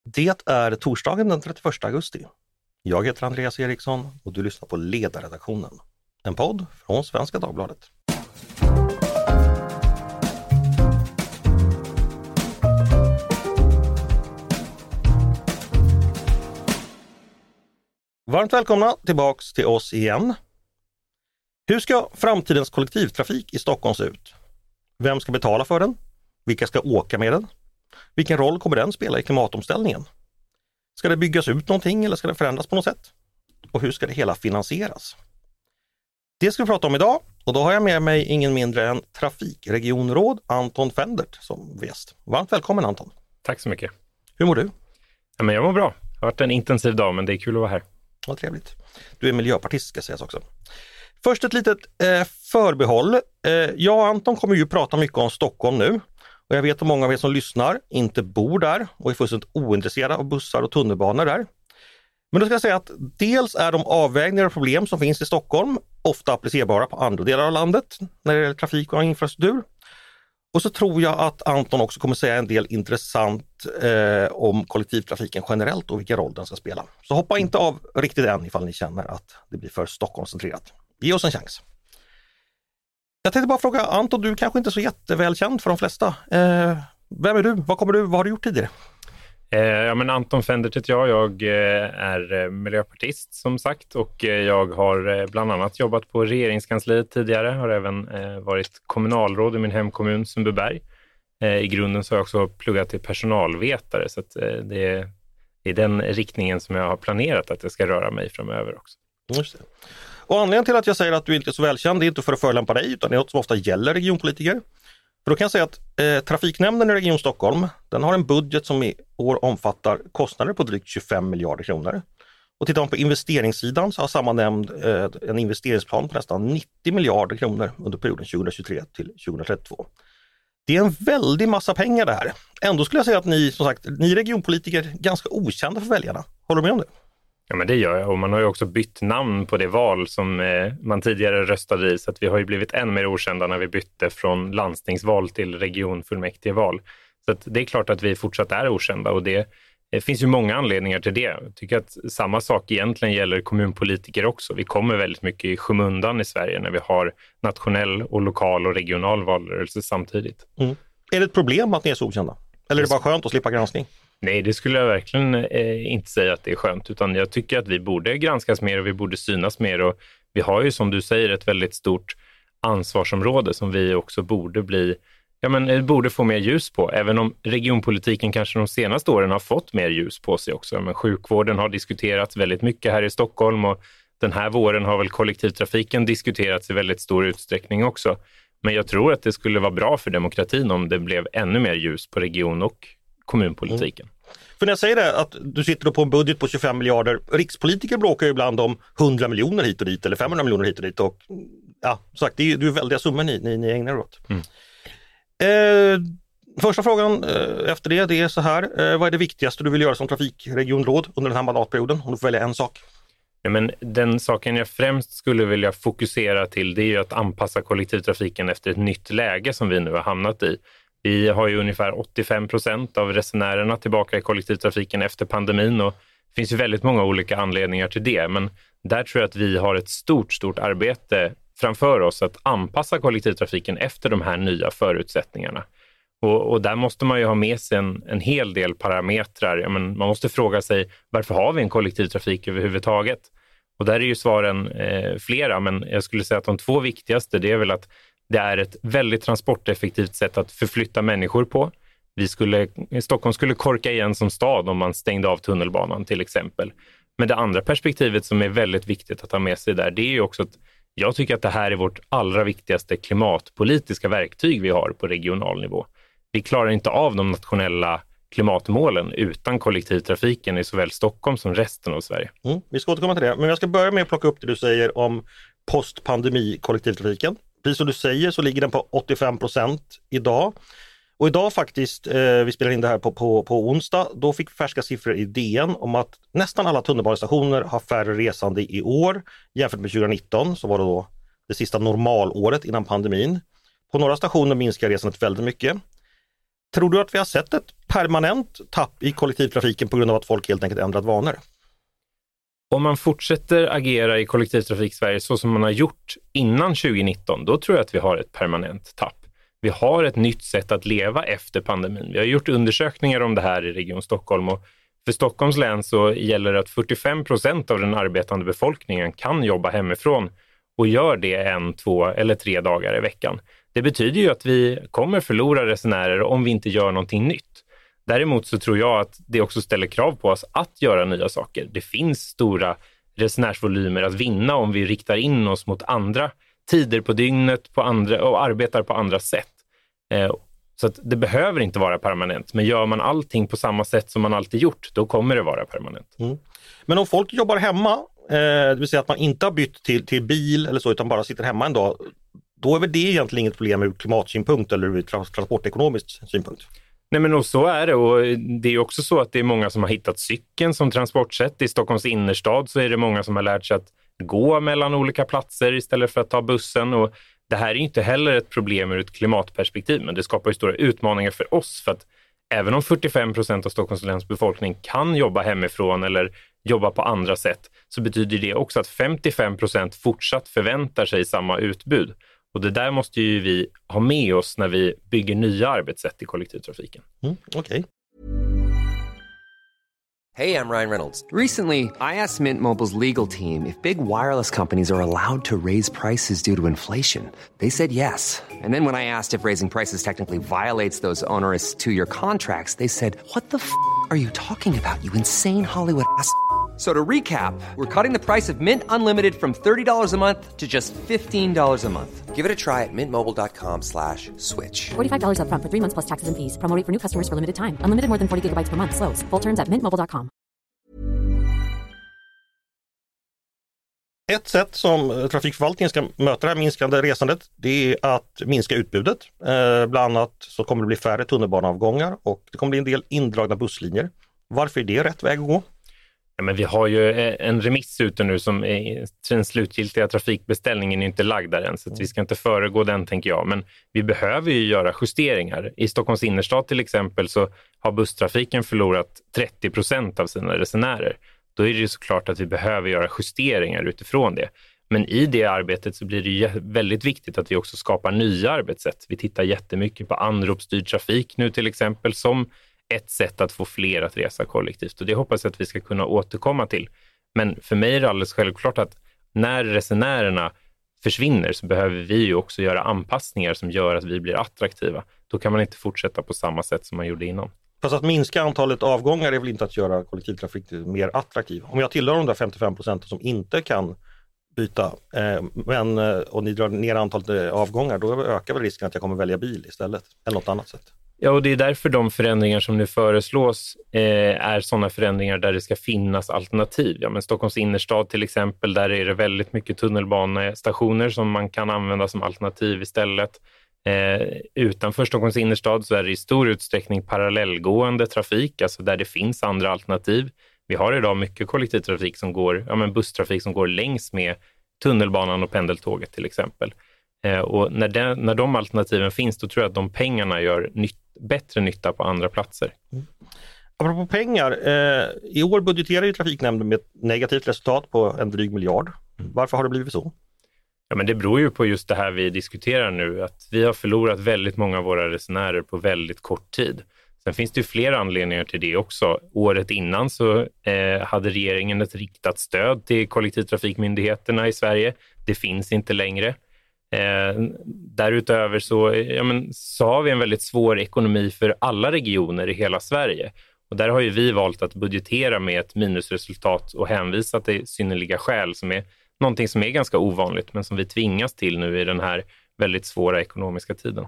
Det är torsdagen den 31 augusti. Jag heter Andreas Eriksson och du lyssnar på Ledarredaktionen. En podd från Svenska Dagbladet. Varmt välkomna tillbaks till oss igen. Hur ska framtidens kollektivtrafik i Stockholm se ut? Vem ska betala för den? Vilka ska åka med den? Vilken roll kommer den spela i klimatomställningen? Ska det byggas ut någonting eller ska det förändras på något sätt? Och hur ska det hela finansieras? Det ska vi prata om idag och då har jag med mig ingen mindre än trafikregionråd Anton Fendert som gäst. Varmt välkommen Anton. Tack så mycket. Hur mår du? Ja, men jag mår bra. Det har varit en intensiv dag men det är kul att vara här. Vad trevligt. Du är miljöpartist ska sägas också. Först ett litet förbehåll. Jag och Anton kommer ju prata mycket om Stockholm nu. Och jag vet att många av er som lyssnar inte bor där och är fullständigt ointresserade av bussar och tunnelbanor där. Men då ska jag säga att dels är de avvägningar och problem som finns i Stockholm ofta applicerbara på andra delar av landet när det gäller trafik och infrastruktur. Och så tror jag att Anton också kommer säga en del intressant om kollektivtrafiken generellt och vilken roll den ska spela. Så hoppa inte av riktigt än ifall ni känner att det blir för Stockholmscentrerat. Ge oss en chans. Jag tänkte bara fråga Anton, du kanske inte är så jättevälkänd för de flesta. Vem är du? Vad har du gjort tidigare? Ja, men Anton Fendert heter jag. Jag är miljöpartist som sagt och jag har bland annat jobbat på regeringskansliet tidigare. Har även varit kommunalråd i min hemkommun Sundbyberg. I grunden så har jag också pluggat till personalvetare så att det är i den riktningen som jag har planerat att jag ska röra mig framöver också. Just det. Och anledningen till att jag säger att du inte är så välkänd är inte för att förolämpa dig utan det är något som ofta gäller regionpolitiker. För då kan jag säga att trafiknämnden i Region Stockholm, den har en budget som i år omfattar kostnader på drygt 25 miljarder kronor. Och tittar man på investeringssidan så har samma nämnd en investeringsplan på nästan 90 miljarder kronor under perioden 2023 till 2032. Det är en väldig massa pengar det här. Ändå skulle jag säga att ni regionpolitiker är ganska okända för väljarna. Håller du med om det? Ja, men det gör jag och man har ju också bytt namn på det val som man tidigare röstade i så att vi har ju blivit än mer okända när vi bytte från landstingsval till regionfullmäktigeval. Så att det är klart att vi fortsatt är okända och det finns ju många anledningar till det. Jag tycker att samma sak egentligen gäller kommunpolitiker också. Vi kommer väldigt mycket i skymundan i Sverige när vi har nationell och lokal och regional valrörelse samtidigt. Mm. Är det ett problem att ni är så okända? Eller är det bara skönt att slippa granskning? Nej, det skulle jag verkligen inte säga att det är skönt utan jag tycker att vi borde granskas mer och vi borde synas mer och vi har ju som du säger ett väldigt stort ansvarsområde som vi också borde få mer ljus på. Även om regionpolitiken kanske de senaste åren har fått mer ljus på sig också. Men sjukvården har diskuterats väldigt mycket här i Stockholm och den här våren har väl kollektivtrafiken diskuterats i väldigt stor utsträckning också. Men jag tror att det skulle vara bra för demokratin om det blev ännu mer ljus på region- och kommunpolitiken. Mm. För när jag säger det att du sitter på en budget på 25 miljarder, rikspolitiker bråkar ju ibland om 100 miljoner hit och dit eller 500 miljoner hit och dit och ja, sagt, det är väldiga summor ni ägnar åt. Mm. Första frågan efter det är så här, vad är det viktigaste du vill göra som trafikregionråd under den här mandatperioden om du får välja en sak? Ja, men den saken jag främst skulle vilja fokusera till det är ju att anpassa kollektivtrafiken efter ett nytt läge som vi nu har hamnat i. Vi har ju ungefär 85% av resenärerna tillbaka i kollektivtrafiken efter pandemin och det finns ju väldigt många olika anledningar till det. Men där tror jag att vi har ett stort arbete framför oss att anpassa kollektivtrafiken efter de här nya förutsättningarna. Och där måste man ju ha med sig en hel del parametrar. Man måste fråga sig varför har vi en kollektivtrafik överhuvudtaget? Och där är ju svaren flera men jag skulle säga att de två viktigaste det är väl att det är ett väldigt transporteffektivt sätt att förflytta människor på. Stockholm skulle korka igen som stad om man stängde av tunnelbanan till exempel. Men det andra perspektivet som är väldigt viktigt att ha med sig där det är ju också att jag tycker att det här är vårt allra viktigaste klimatpolitiska verktyg vi har på regional nivå. Vi klarar inte av de nationella klimatmålen utan kollektivtrafiken i såväl Stockholm som resten av Sverige. Vi ska återkomma till det, men jag ska börja med att plocka upp det du säger om postpandemi kollektivtrafiken. Precis som du säger så ligger den på 85% idag. Och idag faktiskt, vi spelar in det här på onsdag, då fick vi färska siffror i DN om att nästan alla tunnelbanestationer har färre resande i år jämfört med 2019, så var det då det sista normalåret innan pandemin. På några stationer minskar resandet väldigt mycket. Tror du att vi har sett ett permanent tapp i kollektivtrafiken på grund av att folk helt enkelt ändrat vanor? Om man fortsätter agera i kollektivtrafik Sverige så som man har gjort innan 2019, då tror jag att vi har ett permanent tapp. Vi har ett nytt sätt att leva efter pandemin. Vi har gjort undersökningar om det här i Region Stockholm, och för Stockholms län så gäller det att 45% av den arbetande befolkningen kan jobba hemifrån och gör det 1, 2 eller 3 dagar i veckan. Det betyder ju att vi kommer förlora resenärer om vi inte gör någonting nytt. Däremot så tror jag att det också ställer krav på oss att göra nya saker. Det finns stora resenärsvolymer att vinna om vi riktar in oss mot andra tider på dygnet och arbetar på andra sätt. Så att det behöver inte vara permanent, men gör man allting på samma sätt som man alltid gjort, då kommer det vara permanent. Men om folk jobbar hemma, det vill säga att man inte har bytt till bil eller så, utan bara sitter hemma en dag, då är väl det egentligen inget problem ur klimatsynpunkt eller ur transportekonomisk synpunkt? Nej, men och så är det, och det är också så att det är många som har hittat cykeln som transportsätt. I Stockholms innerstad så är det många som har lärt sig att gå mellan olika platser istället för att ta bussen, och det här är inte heller ett problem ur ett klimatperspektiv, men det skapar ju stora utmaningar för oss, för att även om 45% av Stockholms läns befolkning kan jobba hemifrån eller jobba på andra sätt, så betyder det också att 55% fortsatt förväntar sig samma utbud. Och det där måste ju vi ha med oss när vi bygger nya arbetssätt i kollektivtrafiken. Okej. Hey, I'm Ryan Reynolds. Recently, I asked Mint Mobile's legal team if big wireless companies are allowed to raise prices due to inflation. They said yes. And then when I asked if raising prices technically violates those onerous 2-year contracts, they said, "What the f*** are you talking about, you insane Hollywood ass?" So to recap, we're cutting the price of Mint Unlimited from $30 a month to just $15 a month. Give it a try at mintmobile.com/switch. $45 up front for 3 months plus taxes and fees. Promo rate for new customers for limited time. Unlimited more than 40 gigabytes per month. Slows full terms at mintmobile.com. Ett sätt som trafikförvaltningen ska möta det här minskande resandet, det är att minska utbudet. Bland annat så kommer det bli färre tunnelbaneavgångar och det kommer bli en del indragna busslinjer. Varför är det rätt väg att gå? Ja, men vi har ju en remiss ute nu som den slutgiltiga trafikbeställningen är inte lagd där än, så att vi ska inte föregå den, tänker jag. Men vi behöver ju göra justeringar. I Stockholms innerstad till exempel så har busstrafiken förlorat 30% av sina resenärer. Då är det ju såklart att vi behöver göra justeringar utifrån det. Men i det arbetet så blir det ju väldigt viktigt att vi också skapar nya arbetssätt. Vi tittar jättemycket på anropsstyrd trafik nu till exempel som ett sätt att få fler att resa kollektivt, och det hoppas jag att vi ska kunna återkomma till. Men för mig är det alldeles självklart att när resenärerna försvinner så behöver vi ju också göra anpassningar som gör att vi blir attraktiva. Då kan man inte fortsätta på samma sätt som man gjorde innan. Fast att minska antalet avgångar är väl inte att göra kollektivtrafik mer attraktiv. Om jag tillhör de där 55% som inte kan byta och ni drar ner antalet avgångar, då ökar väl risken att jag kommer välja bil istället eller något annat sätt. Ja, och det är därför de förändringar som nu föreslås är sådana förändringar där det ska finnas alternativ. Ja, men Stockholms innerstad till exempel, där är det väldigt mycket tunnelbanestationer som man kan använda som alternativ istället. Utanför Stockholms innerstad så är det i stor utsträckning parallellgående trafik, alltså där det finns andra alternativ. Vi har idag mycket kollektivtrafik som går, busstrafik som går längs med tunnelbanan och pendeltåget till exempel. Och när de alternativen finns, då tror jag att de pengarna gör bättre nytta på andra platser. Apropå pengar, i år budgeterar ju Trafiknämnden med ett negativt resultat på en dryg miljard. Varför har det blivit så? Ja, men det beror ju på just det här vi diskuterar nu, att vi har förlorat väldigt många av våra resenärer på väldigt kort tid. Sen finns det ju flera anledningar till det också. Året innan så hade regeringen ett riktat stöd till kollektivtrafikmyndigheterna i Sverige. Det finns inte längre. Därutöver så har vi en väldigt svår ekonomi för alla regioner i hela Sverige. Och där har ju vi valt att budgetera med ett minusresultat och hänvisa till synnerliga skäl, som är någonting som är ganska ovanligt men som vi tvingas till nu i den här väldigt svåra ekonomiska tiden.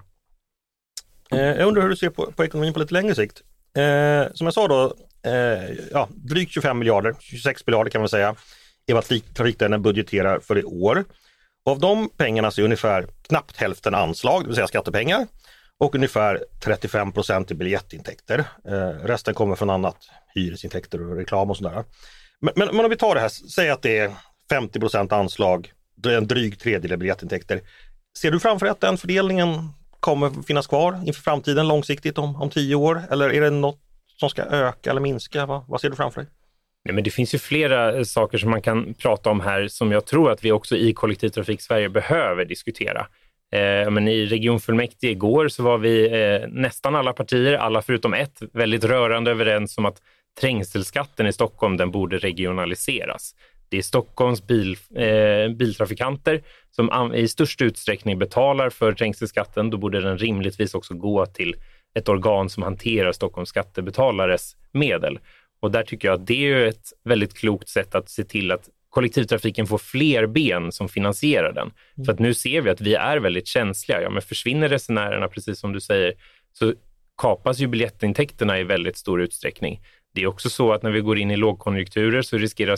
Jag undrar hur du ser på ekonomin på lite längre sikt. Som jag sa då, drygt 25 miljarder, 26 miljarder kan man säga, är vad Trafiknämnden budgeterar för i år. Och av de pengarna så är ungefär knappt hälften anslag, det vill säga skattepengar, och ungefär 35% i biljettintäkter. Resten kommer från annat, hyresintäkter och reklam och sådär. Men om vi tar det här, säg att det är 50% anslag, en dryg tredjedel biljettintäkter. Ser du framför att den fördelningen kommer finnas kvar inför framtiden långsiktigt om 10 år? Eller är det något som ska öka eller minska? Vad ser du framför dig? Nej, men det finns ju flera saker som man kan prata om här som jag tror att vi också i Kollektivtrafik Sverige behöver diskutera. Men i regionfullmäktige igår så var vi nästan alla partier, alla förutom ett, väldigt rörande överens om att trängselskatten i Stockholm, den borde regionaliseras. Det är Stockholms biltrafikanter som i störst utsträckning betalar för trängselskatten. Då borde den rimligtvis också gå till ett organ som hanterar Stockholms skattebetalares medel. Och där tycker jag att det är ett väldigt klokt sätt att se till att kollektivtrafiken får fler ben som finansierar den. För att nu ser vi att vi är väldigt känsliga. Ja, men försvinner resenärerna, precis som du säger, så kapas ju biljettintäkterna i väldigt stor utsträckning. Det är också så att när vi går in i lågkonjunkturer så riskerar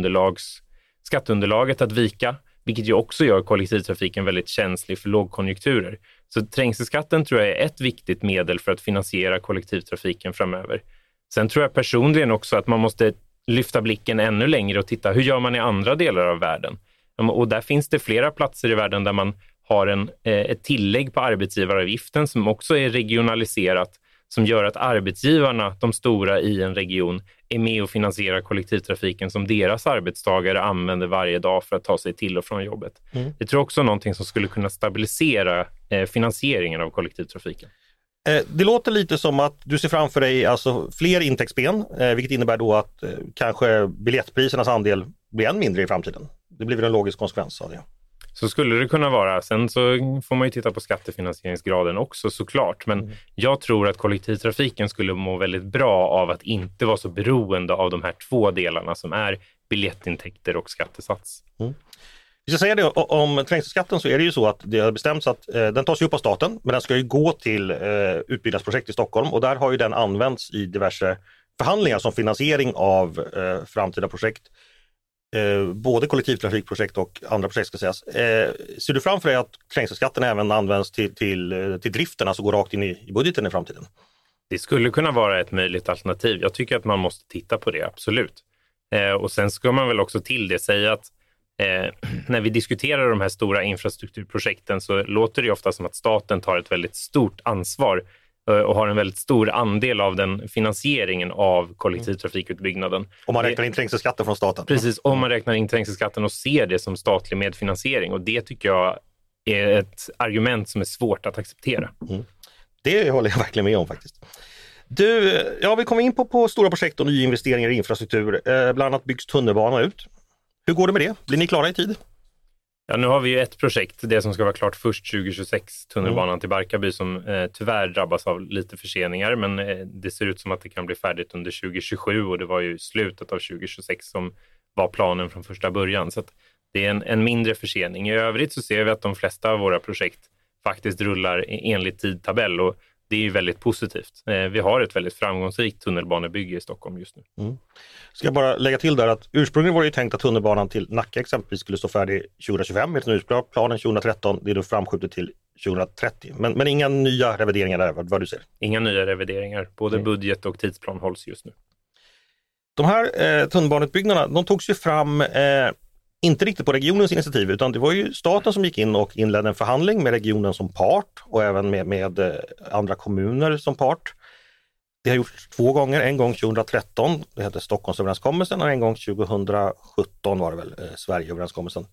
skatteunderlaget att vika, vilket ju också gör kollektivtrafiken väldigt känslig för lågkonjunkturer. Så trängselskatten tror jag är ett viktigt medel för att finansiera kollektivtrafiken framöver. Sen tror jag personligen också att man måste lyfta blicken ännu längre och titta hur gör man i andra delar av världen. Och där finns det flera platser i världen där man har ett tillägg på arbetsgivaravgiften som också är regionaliserat, som gör att arbetsgivarna, de stora i en region, är med och finansierar kollektivtrafiken som deras arbetstagare använder varje dag för att ta sig till och från jobbet. Det tror jag också är någonting som skulle kunna stabilisera finansieringen av kollektivtrafiken. Det låter lite som att du ser framför dig alltså fler intäktsben, vilket innebär då att kanske biljettprisernas andel blir än mindre i framtiden. Det blir väl en logisk konsekvens av det. Så skulle det kunna vara. Sen så får man ju titta på skattefinansieringsgraden också såklart. Men jag tror att kollektivtrafiken skulle må väldigt bra av att inte vara så beroende av de här två delarna som är biljettintäkter och skattesats. Vi ska säga det om trängselskatten, så är det ju så att det har bestämts att den tas upp av staten, men den ska ju gå till utbyggnadsprojekt i Stockholm, och där har ju den använts i diverse förhandlingar som finansiering av framtida projekt. Både kollektivtrafikprojekt och andra projekt ska sägas. Ser du framför dig att trängselskatten även används till driften, alltså går rakt in i budgeten i framtiden? Det skulle kunna vara ett möjligt alternativ. Jag tycker att man måste titta på det, absolut. Och sen ska man väl också till det säga att när vi diskuterar de här stora infrastrukturprojekten så låter det ofta som att staten tar ett väldigt stort ansvar och har en väldigt stor andel av den finansieringen av kollektivtrafikutbyggnaden. Om man räknar in trängselskatten från staten. Precis, om man räknar in trängselskatten och ser det som statlig medfinansiering. Och det tycker jag är ett argument som är svårt att acceptera. Det håller jag verkligen med om faktiskt. Vi kommer in på stora projekt och nyinvesteringar i infrastruktur. Bland annat byggs tunnelbanan ut. Hur går det med det? Blir ni klara i tid? Ja, nu har vi ju ett projekt, det som ska vara klart först 2026, tunnelbanan till Barkarby, som tyvärr drabbas av lite förseningar, men det ser ut som att det kan bli färdigt under 2027, och det var ju slutet av 2026 som var planen från första början, så att det är en mindre försening. I övrigt så ser vi att de flesta av våra projekt faktiskt rullar enligt tidtabell, och det är ju väldigt positivt. Vi har ett väldigt framgångsrikt tunnelbanebygge i Stockholm just nu. Ska jag bara lägga till där att ursprungligen var det ju tänkt att tunnelbanan till Nacka exempelvis skulle stå färdig 2025, med den ursprungliga planen 2013, det är då framskjutet till 2030. Men inga nya revideringar där, vad du ser? Inga nya revideringar, både budget och tidsplan hålls just nu. De här tunnelbaneutbyggnaderna, de togs ju fram inte riktigt på regionens initiativ, utan det var ju staten som gick in och inledde en förhandling med regionen som part och även med andra kommuner som part. Det har gjorts 2 gånger, en gång 2013, det hette Stockholmsöverenskommelsen, och en gång 2017 var det väl Sverigeöverenskommelsen.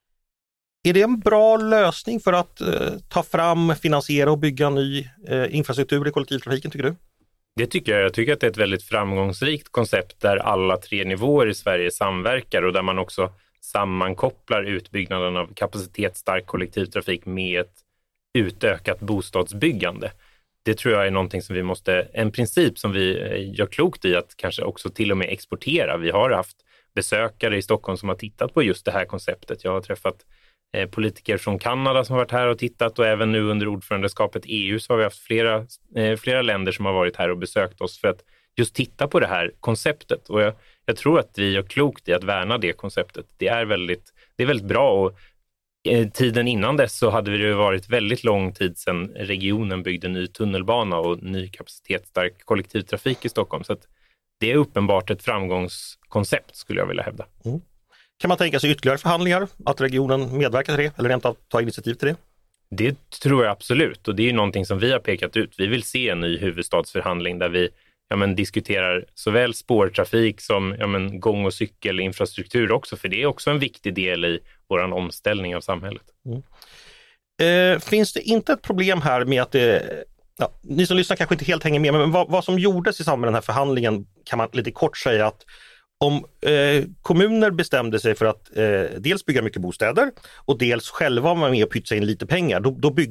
Är det en bra lösning för att ta fram, finansiera och bygga ny infrastruktur i kollektivtrafiken, tycker du? Det tycker jag. Jag tycker att det är ett väldigt framgångsrikt koncept där alla 3 nivåer i Sverige samverkar, och där man också sammankopplar utbyggnaden av kapacitetsstark kollektivtrafik med ett utökat bostadsbyggande. Det tror jag är någonting som vi måste, en princip som vi gör klokt i att kanske också till och med exportera. Vi har haft besökare i Stockholm som har tittat på just det här konceptet. Jag har träffat politiker från Kanada som har varit här och tittat, och även nu under ordförandeskapet EU så har vi haft flera länder som har varit här och besökt oss för att just titta på det här konceptet. Och jag tror att vi gör klokt i att värna det konceptet. Det är väldigt bra, och tiden innan dess så hade det varit väldigt lång tid sedan regionen byggde ny tunnelbana och ny kapacitetsstark kollektivtrafik i Stockholm. Så att det är uppenbart ett framgångskoncept, skulle jag vilja hävda. Kan man tänka sig ytterligare förhandlingar, att regionen medverkar till det eller rent att ta initiativ till det? Det tror jag absolut, och det är ju någonting som vi har pekat ut. Vi vill se en ny huvudstadsförhandling där vi diskuterar såväl spårtrafik som gång- och cykelinfrastruktur också, för det är också en viktig del i vår omställning av samhället. Finns det inte ett problem här med att ni som lyssnar kanske inte helt hänger med, men vad som gjordes i samband med den här förhandlingen kan man lite kort säga att om kommuner bestämde sig för att dels bygga mycket bostäder och dels själva vara med och pytsa in lite pengar,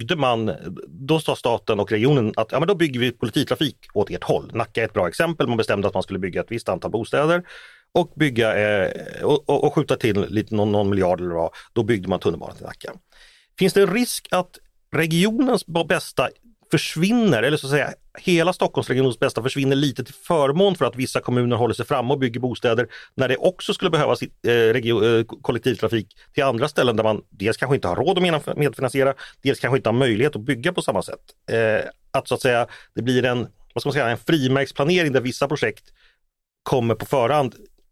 då sa staten och regionen att då bygger vi kollektivtrafik åt ert håll. Nacka är ett bra exempel, man bestämde att man skulle bygga ett visst antal bostäder och bygga och skjuta till lite någon miljard eller vad, då byggde man tunnelbanan till Nacka. Finns det en risk att regionens bästa försvinner, eller så att säga hela Stockholmsregionens bästa försvinner lite till förmån för att vissa kommuner håller sig framme och bygger bostäder när det också skulle behövas kollektivtrafik till andra ställen där man dels kanske inte har råd att medfinansiera, dels kanske inte har möjlighet att bygga på samma sätt. Att så att säga det blir en frimärksplanering där vissa projekt kommer på förhand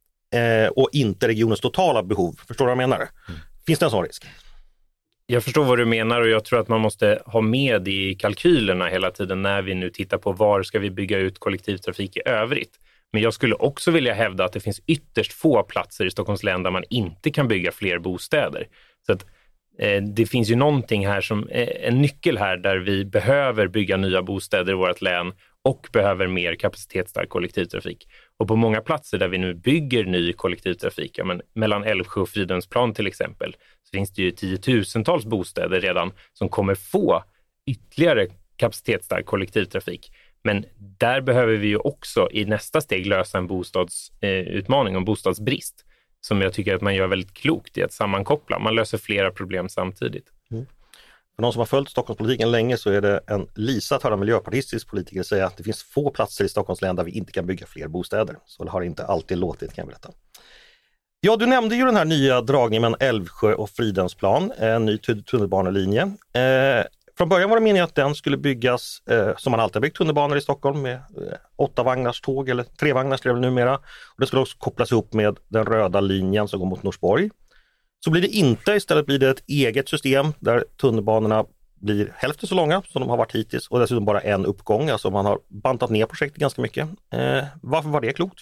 och inte regionens totala behov. Förstår du vad jag menar? Finns det en sån risk? Jag förstår vad du menar, och jag tror att man måste ha med i kalkylerna hela tiden när vi nu tittar på var ska vi bygga ut kollektivtrafik i övrigt. Men jag skulle också vilja hävda att det finns ytterst få platser i Stockholms län där man inte kan bygga fler bostäder. Så att det finns ju någonting här som en nyckel här där vi behöver bygga nya bostäder i vårt län och behöver mer kapacitetsstark kollektivtrafik. Och på många platser där vi nu bygger ny kollektivtrafik, mellan Älvsjö och Fridhemsplan till exempel, så finns det ju 10-tusentals bostäder redan som kommer få ytterligare kapacitetsstark kollektivtrafik. Men där behöver vi ju också i nästa steg lösa en bostadsutmaning och en bostadsbrist som jag tycker att man gör väldigt klokt i att sammankoppla. Man löser flera problem samtidigt. För någon som har följt Stockholmspolitiken länge så är det en lisa att höra miljöpartistisk politiker säga att det finns få platser i Stockholms län där vi inte kan bygga fler bostäder. Så det har inte alltid låtit, kan jag berätta. Ja, du nämnde ju den här nya dragningen mellan Älvsjö och Fridhemsplan, en ny tunnelbanelinje. Från början var det meningen att den skulle byggas som man alltid har byggt tunnelbanor i Stockholm med 8-vagnars tåg eller 3-vagnars blev det numera. Och det skulle också kopplas ihop med den röda linjen som går mot Norsborg. Så blir det inte, istället blir det ett eget system där tunnelbanorna blir hälften så långa som de har varit hittills och dessutom bara en uppgång, alltså man har bantat ner projektet ganska mycket. Varför var det klokt?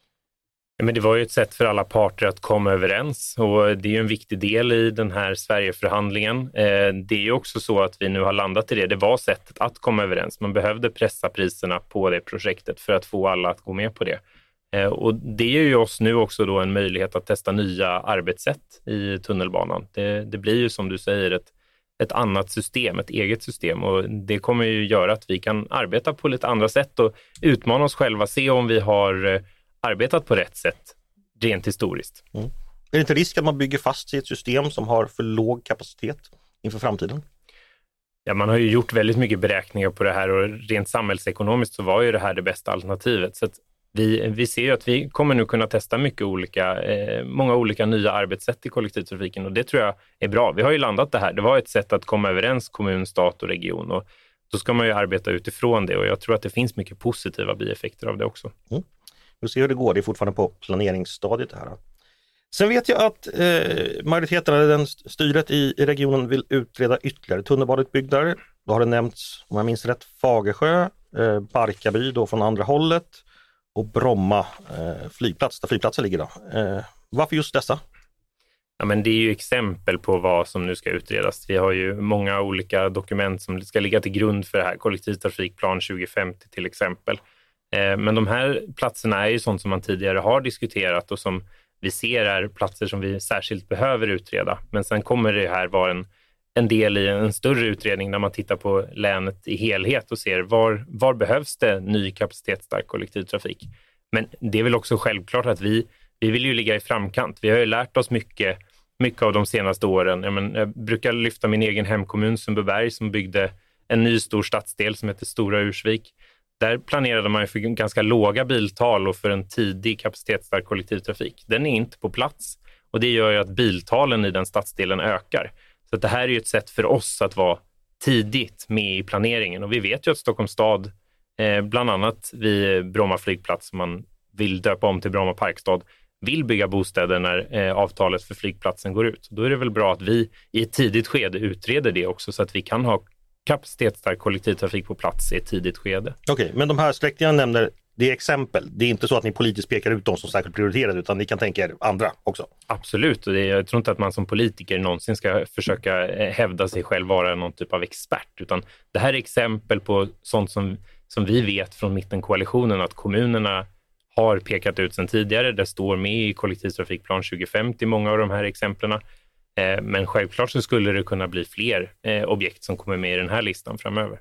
Men det var ju ett sätt för alla parter att komma överens, och det är ju en viktig del i den här Sverigeförhandlingen. Det är ju också så att vi nu har landat i det. Det var sättet att komma överens. Man behövde pressa priserna på det projektet för att få alla att gå med på det. Och det ger ju oss nu också då en möjlighet att testa nya arbetssätt i tunnelbanan. Det blir ju som du säger ett annat system, ett eget system, och det kommer ju göra att vi kan arbeta på lite andra sätt och utmana oss själva, se om vi har arbetat på rätt sätt rent historiskt. Är det inte risk att man bygger fast i ett system som har för låg kapacitet inför framtiden? Ja, man har ju gjort väldigt mycket beräkningar på det här, och rent samhällsekonomiskt så var ju det här det bästa alternativet. Så att vi ser ju att vi kommer nu kunna testa många olika nya arbetssätt i kollektivtrafiken, och det tror jag är bra. Vi har ju landat det här. Det var ett sätt att komma överens kommun, stat och region, och då ska man ju arbeta utifrån det, och jag tror att det finns mycket positiva bieffekter av det också. Vi ser hur det går, det är fortfarande på planeringsstadiet det här. Sen vet jag att majoriteten av styret i regionen vill utreda ytterligare tunnelbaneutbyggnader. Då har det nämnts, om jag minns rätt, Fagersjö, Barkarby då från andra hållet och Bromma flygplats, där flygplatsen ligger då. Varför just dessa? Ja, men det är ju exempel på vad som nu ska utredas. Vi har ju många olika dokument som ska ligga till grund för det här. Kollektivtrafikplan 2050 till exempel. Men de här platserna är ju sånt som man tidigare har diskuterat och som vi ser är platser som vi särskilt behöver utreda. Men sen kommer det här vara en del i en större utredning där man tittar på länet i helhet och ser var behövs det ny kapacitetsstark kollektivtrafik. Men det är väl också självklart att vi vill ju ligga i framkant. Vi har ju lärt oss mycket av de senaste åren. Jag brukar lyfta min egen hemkommun Sundbyberg som byggde en ny stor stadsdel som heter Stora Ursvik. Där planerade man för ganska låga biltal och för en tidig kapacitetsstark kollektivtrafik. Den är inte på plats, och det gör ju att biltalen i den stadsdelen ökar. Så att det här är ju ett sätt för oss att vara tidigt med i planeringen, och vi vet ju att Stockholms stad, bland annat vid Bromma flygplats som man vill döpa om till Bromma Parkstad, vill bygga bostäder när avtalet för flygplatsen går ut. Då är det väl bra att vi i ett tidigt skede utreder det också så att vi kan ha kapacitetsstark kollektivtrafik på plats i ett tidigt skede. Okej, men de här sträckningarna nämner, det är exempel. Det är inte så att ni politiskt pekar ut dem som särskilt prioriterade, utan ni kan tänka er andra också. Absolut, och jag tror inte att man som politiker någonsin ska försöka hävda sig själv vara någon typ av expert, utan det här är exempel på sånt som vi vet från mittenkoalitionen att kommunerna har pekat ut sedan tidigare. Det står med i kollektivtrafikplan 2050 många av de här exemplen. Men självklart så skulle det kunna bli fler objekt som kommer med i den här listan framöver.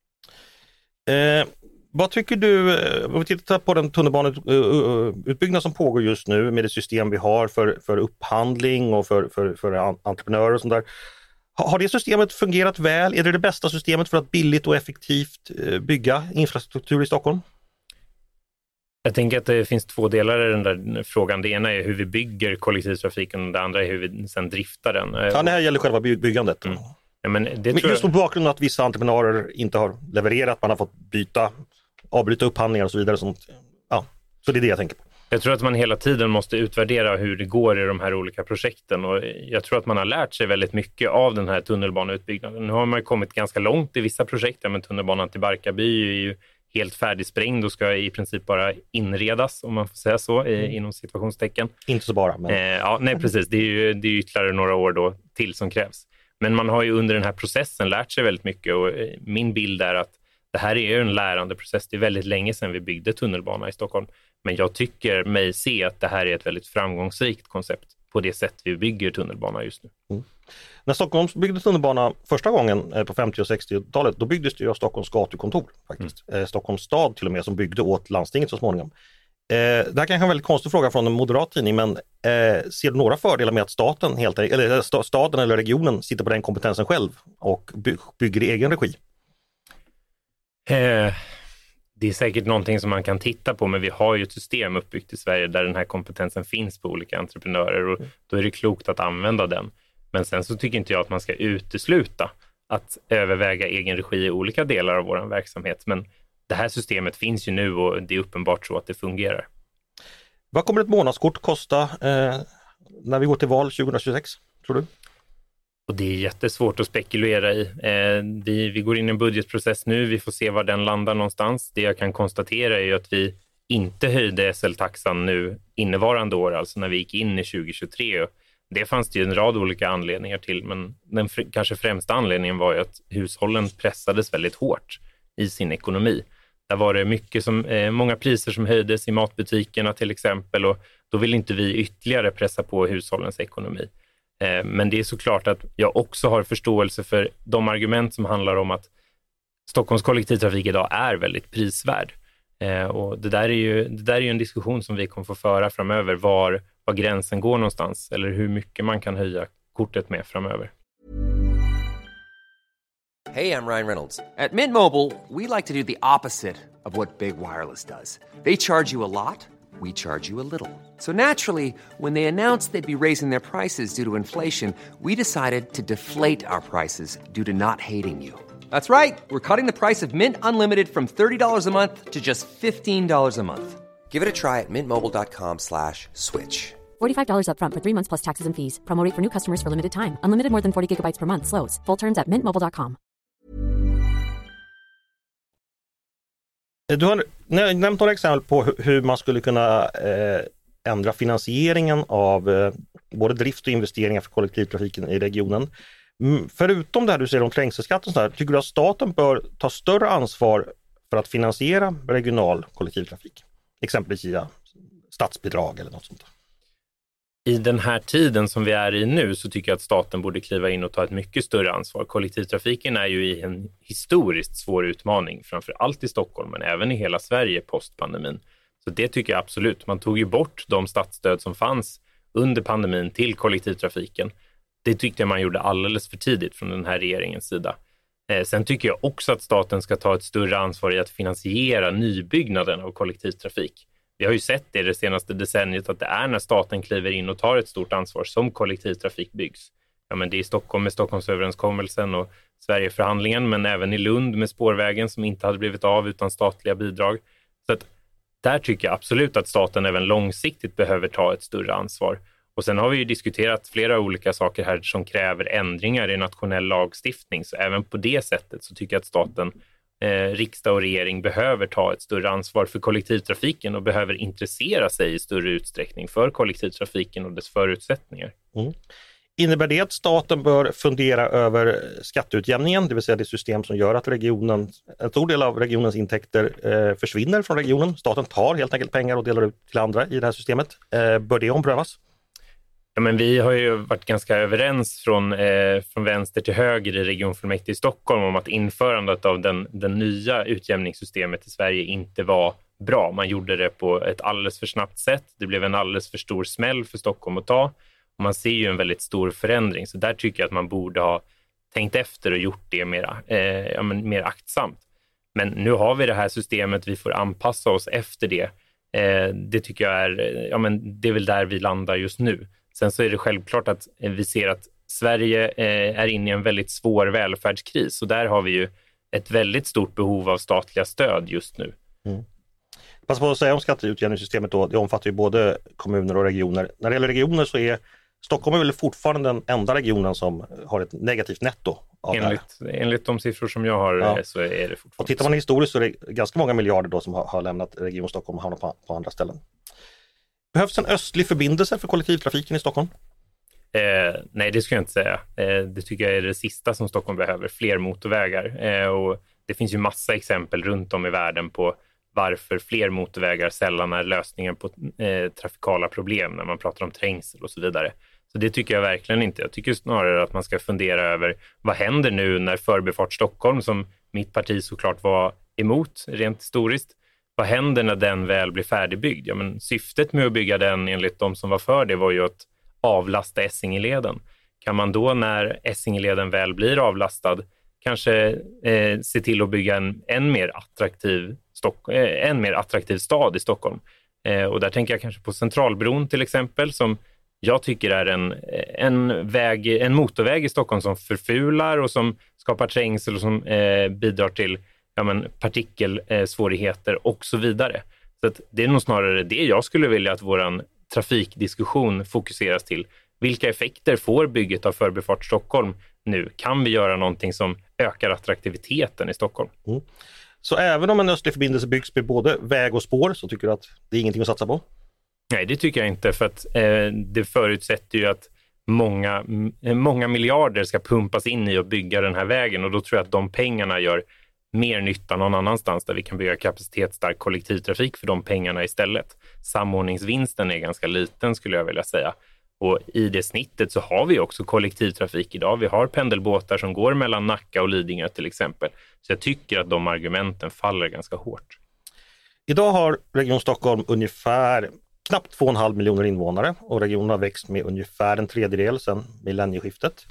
Vad tycker du, om vi tittar på den tunnelbaneutbyggnad som pågår just nu med det system vi har för upphandling och för entreprenörer och sånt där. Har det systemet fungerat väl? Är det bästa systemet för att billigt och effektivt bygga infrastruktur i Stockholm? Jag tänker att det finns två delar i den där frågan. Det ena är hur vi bygger kollektivtrafiken och det andra är hur vi sen driftar den. Ja, det här gäller själva byggandet. Mm. Ja, men just på bakgrund av att vissa entreprenörer inte har levererat, man har fått avbryta upphandlingar och så vidare. Sånt. Ja, så det är det jag tänker på. Jag tror att man hela tiden måste utvärdera hur det går i de här olika projekten och jag tror att man har lärt sig väldigt mycket av den här tunnelbaneutbyggnaden. Nu har man kommit ganska långt i vissa projekt, men tunnelbanan till Barkarby är ju helt färdigsprängd och ska i princip bara inredas, om man får säga så, inom situationstecken. Inte så bara. Men... ja, nej precis. Det är ju ytterligare några år då till som krävs. Men man har ju under den här processen lärt sig väldigt mycket och min bild är att det här är ju en lärande process. Det är väldigt länge sedan vi byggde tunnelbana i Stockholm. Men jag tycker mig se att det här är ett väldigt framgångsrikt koncept på det sätt vi bygger tunnelbana just nu. Mm. När Stockholm byggde tunnelbana första gången på 50- och 60-talet, då byggdes det ju av Stockholms gatukontor faktiskt. Stockholms stad till och med som byggde åt landstinget så småningom. Det här kanske är en väldigt konstig fråga från en moderat tidning, men ser du några fördelar med att staden eller regionen sitter på den kompetensen själv och bygger i egen regi? Det är säkert någonting som man kan titta på, men vi har ju ett system uppbyggt i Sverige där den här kompetensen finns på olika entreprenörer och då är det klokt att använda den. Men sen så tycker inte jag att man ska utesluta att överväga egen regi i olika delar av vår verksamhet. Men det här systemet finns ju nu och det är uppenbart så att det fungerar. Vad kommer ett månadskort kosta när vi går till val 2026, tror du? Och det är jättesvårt att spekulera i. Vi går in i en budgetprocess nu, vi får se var den landar någonstans. Det jag kan konstatera är ju att vi inte höjde SL-taxan nu innevarande år, alltså när vi gick in i 2023. Det fanns det ju en rad olika anledningar till, men den kanske främsta anledningen var ju att hushållen pressades väldigt hårt i sin ekonomi. Där var det många priser som höjdes i matbutikerna till exempel och då vill inte vi ytterligare pressa på hushållens ekonomi. Men det är såklart att jag också har förståelse för de argument som handlar om att Stockholms kollektivtrafik idag är väldigt prisvärd. Och det där är ju en diskussion som vi kommer få föra framöver, var gränsen går någonstans eller hur mycket man kan höja kortet med framöver. Hey, I'm Ryan Reynolds. At Mint Mobile, we like to do the opposite of what Big Wireless does. They charge you a lot, we charge you a little. So naturally, when they announced they'd be raising their prices due to inflation, we decided to deflate our prices due to not hating you. That's right. We're cutting the price of Mint Unlimited from $30 a month to just $15 a month. Give it a try at mintmobile.com/switch. $45 up front for 3 months plus taxes and fees. Promo rate for new customers for limited time. Unlimited more than 40 gigabytes per month. Slows full terms at mintmobile.com. Du har nämnt några exempel på hur man skulle kunna ändra finansieringen av både drift och investeringar för kollektivtrafiken i regionen. Förutom det här du säger om trängselskatten, tycker du att staten bör ta större ansvar för att finansiera regional kollektivtrafik? Exempelvis via statsbidrag eller något sånt. I den här tiden som vi är i nu så tycker jag att staten borde kliva in och ta ett mycket större ansvar. Kollektivtrafiken är ju i en historiskt svår utmaning, framför allt i Stockholm men även i hela Sverige postpandemin. Så det tycker jag absolut. Man tog ju bort de statsstöd som fanns under pandemin till kollektivtrafiken. Det tyckte jag man gjorde alldeles för tidigt från den här regeringens sida. Sen tycker jag också att staten ska ta ett större ansvar i att finansiera nybyggnaden av kollektivtrafik. Vi har ju sett det senaste decenniet att det är när staten kliver in och tar ett stort ansvar som kollektivtrafik byggs. Ja, men det är i Stockholm med Stockholmsöverenskommelsen och Sverigeförhandlingen, men även i Lund med spårvägen som inte hade blivit av utan statliga bidrag. Så att där tycker jag absolut att staten även långsiktigt behöver ta ett större ansvar. Och sen har vi ju diskuterat flera olika saker här som kräver ändringar i nationell lagstiftning. Så även på det sättet så tycker jag att staten, riksdag och regering behöver ta ett större ansvar för kollektivtrafiken och behöver intressera sig i större utsträckning för kollektivtrafiken och dess förutsättningar. Mm. Innebär det att staten bör fundera över skatteutjämningen, det vill säga det system som gör att en stor del av regionens intäkter försvinner från regionen? Staten tar helt enkelt pengar och delar ut till andra i det här systemet. Bör det omprövas? Ja, men vi har ju varit ganska överens från vänster till höger i regionfullmäktige i Stockholm om att införandet av den nya utjämningssystemet i Sverige inte var bra. Man gjorde det på ett alldeles för snabbt sätt. Det blev en alldeles för stor smäll för Stockholm att ta. Och man ser ju en väldigt stor förändring. Så där tycker jag att man borde ha tänkt efter och gjort det mer aktsamt. Men nu har vi det här systemet, vi får anpassa oss efter det. Det tycker jag det är väl där vi landar just nu. Sen så är det självklart att vi ser att Sverige är inne i en väldigt svår välfärdskris. Och där har vi ju ett väldigt stort behov av statliga stöd just nu. Mm. Passa på att säga om skatteutjämningssystemet då, det omfattar ju både kommuner och regioner. När det gäller regioner så är Stockholm väl fortfarande den enda regionen som har ett negativt netto av enligt de siffror som jag har så är det fortfarande. Och tittar man historiskt så är det ganska många miljarder då som har lämnat Region Stockholm och hamnat på andra ställen. Behövs en östlig förbindelse för kollektivtrafiken i Stockholm? Nej, det skulle jag inte säga. Det tycker jag är det sista som Stockholm behöver, fler motorvägar. Och det finns ju massa exempel runt om i världen på varför fler motorvägar sällan är lösningen på trafikala problem när man pratar om trängsel och så vidare. Så det tycker jag verkligen inte. Jag tycker snarare att man ska fundera över vad händer nu när Förbifart Stockholm, som mitt parti såklart var emot rent historiskt, vad händer när den väl blir färdigbyggd? Ja, men syftet med att bygga den enligt de som var för det var ju att avlasta Essingeleden. Kan man då när Essingeleden väl blir avlastad kanske se till att bygga en än mer attraktiv stad i Stockholm? Och där tänker jag kanske på Centralbron till exempel, som jag tycker är en motorväg i Stockholm som förfular och som skapar trängsel och som bidrar till partikelsvårigheter och så vidare. Så att det är nog snarare det jag skulle vilja att våran trafikdiskussion fokuseras till. Vilka effekter får bygget av Förbifart Stockholm nu? Kan vi göra någonting som ökar attraktiviteten i Stockholm? Mm. Så även om en östlig förbindelse byggs med både väg och spår så tycker du att det är ingenting att satsa på? Nej, det tycker jag inte, för att det förutsätter ju att många miljarder ska pumpas in i att bygga den här vägen, och då tror jag att de pengarna gör mer nytta någon annanstans där vi kan bygga kapacitetsstark kollektivtrafik för de pengarna istället. Samordningsvinsten är ganska liten skulle jag vilja säga. Och i det snittet så har vi också kollektivtrafik idag. Vi har pendelbåtar som går mellan Nacka och Lidingö till exempel. Så jag tycker att de argumenten faller ganska hårt. Idag har Region Stockholm ungefär knappt 2,5 miljoner invånare och regionen har växt med ungefär en tredjedel sedan millennieskiftet.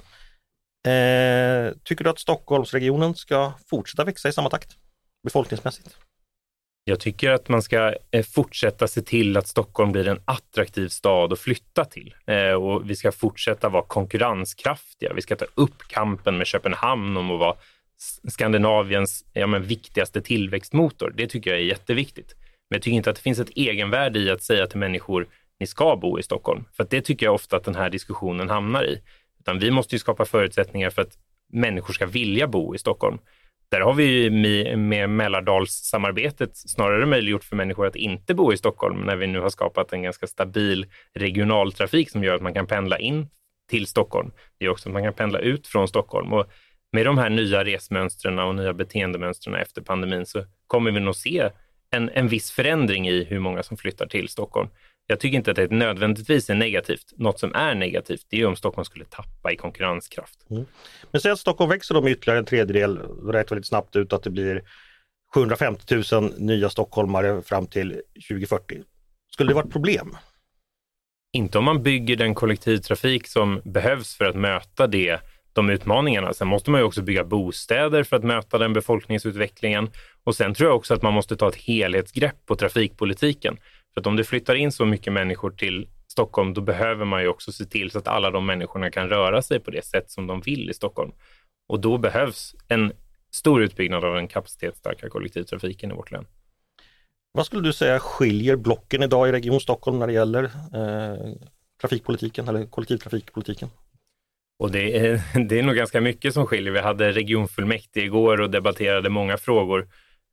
Tycker du att Stockholmsregionen ska fortsätta växa i samma takt befolkningsmässigt? Jag tycker att man ska fortsätta se till att Stockholm blir en attraktiv stad att flytta till. Och vi ska fortsätta vara konkurrenskraftiga. Vi ska ta upp kampen med Köpenhamn om att vara Skandinaviens viktigaste tillväxtmotor. Det tycker jag är jätteviktigt. Men jag tycker inte att det finns ett egenvärde i att säga till människor ni ska bo i Stockholm. För att det tycker jag ofta att den här diskussionen hamnar i. Utan vi måste ju skapa förutsättningar för att människor ska vilja bo i Stockholm. Där har vi med Mälardalssamarbetet snarare möjliggjort för människor att inte bo i Stockholm när vi nu har skapat en ganska stabil regionaltrafik som gör att man kan pendla in till Stockholm. Det gör också att man kan pendla ut från Stockholm. Och med de här nya resmönstren och nya beteendemönstren efter pandemin så kommer vi nog se en viss förändring i hur många som flyttar till Stockholm. Jag tycker inte att det nödvändigtvis är negativt. Något som är negativt, det är om Stockholm skulle tappa i konkurrenskraft. Mm. Men säg att Stockholm växer då med ytterligare en tredjedel. Då räknar väldigt snabbt ut att det blir 750 000 nya stockholmare fram till 2040. Skulle det vara ett problem? Inte om man bygger den kollektivtrafik som behövs för att möta de utmaningarna. Sen måste man ju också bygga bostäder för att möta den befolkningsutvecklingen. Och sen tror jag också att man måste ta ett helhetsgrepp på trafikpolitiken. För att om det flyttar in så mycket människor till Stockholm, då behöver man ju också se till så att alla de människorna kan röra sig på det sätt som de vill i Stockholm. Och då behövs en stor utbyggnad av den kapacitetsstarka kollektivtrafiken i vårt län. Vad skulle du säga skiljer blocken idag i Region Stockholm när det gäller trafikpolitiken eller kollektivtrafikpolitiken? Och det är nog ganska mycket som skiljer. Vi hade regionfullmäktige igår och debatterade många frågor.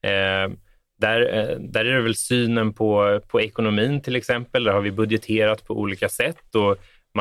Där är det väl synen på ekonomin till exempel. Där har vi budgeterat på olika sätt och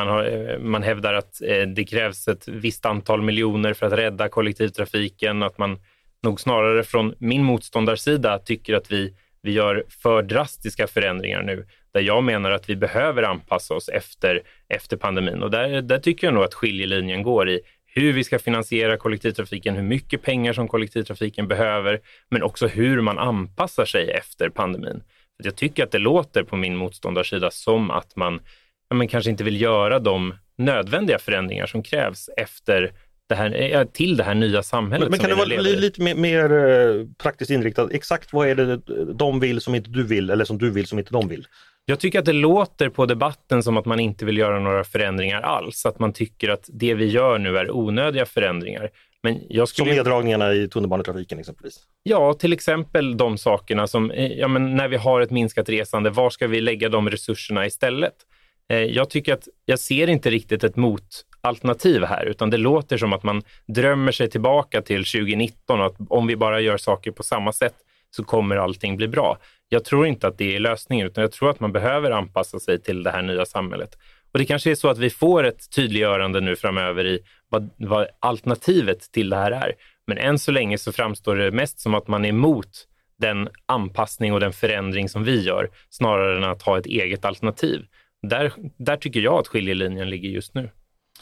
man hävdar att det krävs ett visst antal miljoner för att rädda kollektivtrafiken. Att man nog snarare från min motståndarsida tycker att vi gör för drastiska förändringar nu. Där jag menar att vi behöver anpassa oss efter pandemin. Och där tycker jag nog att skiljelinjen går i hur vi ska finansiera kollektivtrafiken, hur mycket pengar som kollektivtrafiken behöver, men också hur man anpassar sig efter pandemin. För jag tycker att det låter på min motståndarsida som att man kanske inte vill göra de nödvändiga förändringar som krävs efter till det här nya samhället. Men kan det vara lite mer praktiskt inriktat? Exakt vad är det de vill som inte du vill eller som du vill som inte de vill? Jag tycker att det låter på debatten som att man inte vill göra några förändringar alls. Att man tycker att det vi gör nu är onödiga förändringar. Men som neddragningarna i tunnelbanetrafiken exempelvis? Ja, till exempel de sakerna som, när vi har ett minskat resande, var ska vi lägga de resurserna istället? Jag tycker att jag ser inte riktigt ett motalternativ här, utan det låter som att man drömmer sig tillbaka till 2019 och att om vi bara gör saker på samma sätt så kommer allting bli bra. Jag tror inte att det är lösningen, utan jag tror att man behöver anpassa sig till det här nya samhället. Och det kanske är så att vi får ett tydliggörande nu framöver i vad alternativet till det här är. Men än så länge så framstår det mest som att man är emot den anpassning och den förändring som vi gör, snarare än att ha ett eget alternativ. Där tycker jag att skiljelinjen ligger just nu.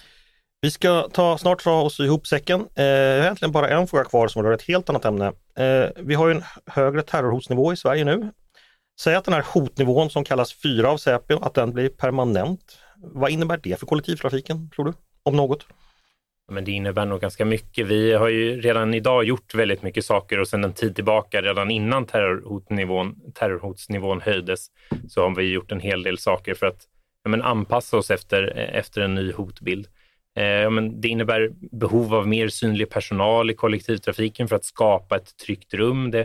Vi ska snart ta oss ihop säcken. Jag har egentligen bara en fråga kvar som rör ett helt annat ämne. Vi har ju en högre terrorhotsnivå i Sverige nu. Säg att den här hotnivån som kallas 4 av Säpo, att den blir permanent. Vad innebär det för kollektivtrafiken, tror du? Om något? Men det innebär nog ganska mycket. Vi har ju redan idag gjort väldigt mycket saker och sedan en tid tillbaka, redan innan terrorhotsnivån höjdes, så har vi gjort en hel del saker för att anpassa oss efter en ny hotbild. Det innebär behov av mer synlig personal i kollektivtrafiken för att skapa ett tryggt rum. Det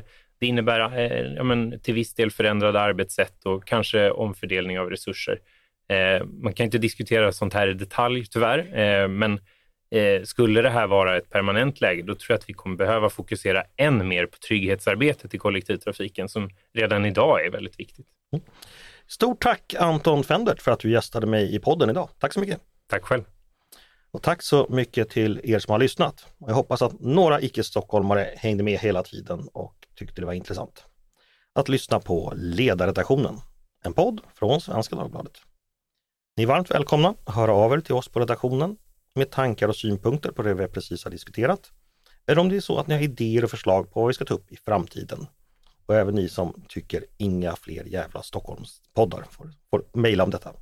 innebär till viss del förändrade arbetssätt och kanske omfördelning av resurser. Man kan inte diskutera sånt här i detalj tyvärr, men skulle det här vara ett permanent läge, då tror jag att vi kommer behöva fokusera än mer på trygghetsarbetet i kollektivtrafiken som redan idag är väldigt viktigt. Stort tack Anton Fendert för att du gästade mig i podden idag. Tack så mycket. Tack själv. Och tack så mycket till er som har lyssnat. Jag hoppas att några icke-stockholmare hängde med hela tiden och tyckte det var intressant att lyssna på Ledarredaktionen, en podd från Svenska Dagbladet. Ni är varmt välkomna att höra av er till oss på redaktionen med tankar och synpunkter på det vi precis har diskuterat. Eller om det är så att ni har idéer och förslag på vad vi ska ta upp i framtiden. Och även ni som tycker inga fler jävla Stockholmspoddar får mejla om detta.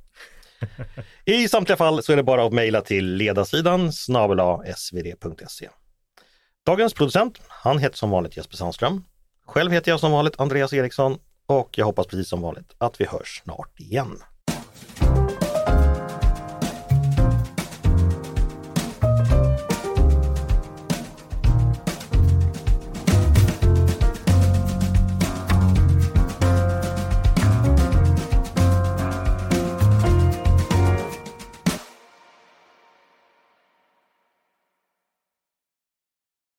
I samtliga fall så är det bara att mejla till ledarsidan @svd.se. Dagens producent, han heter som vanligt Jesper Sandström. Själv heter jag som vanligt Andreas Eriksson och jag hoppas precis som vanligt att vi hörs snart igen.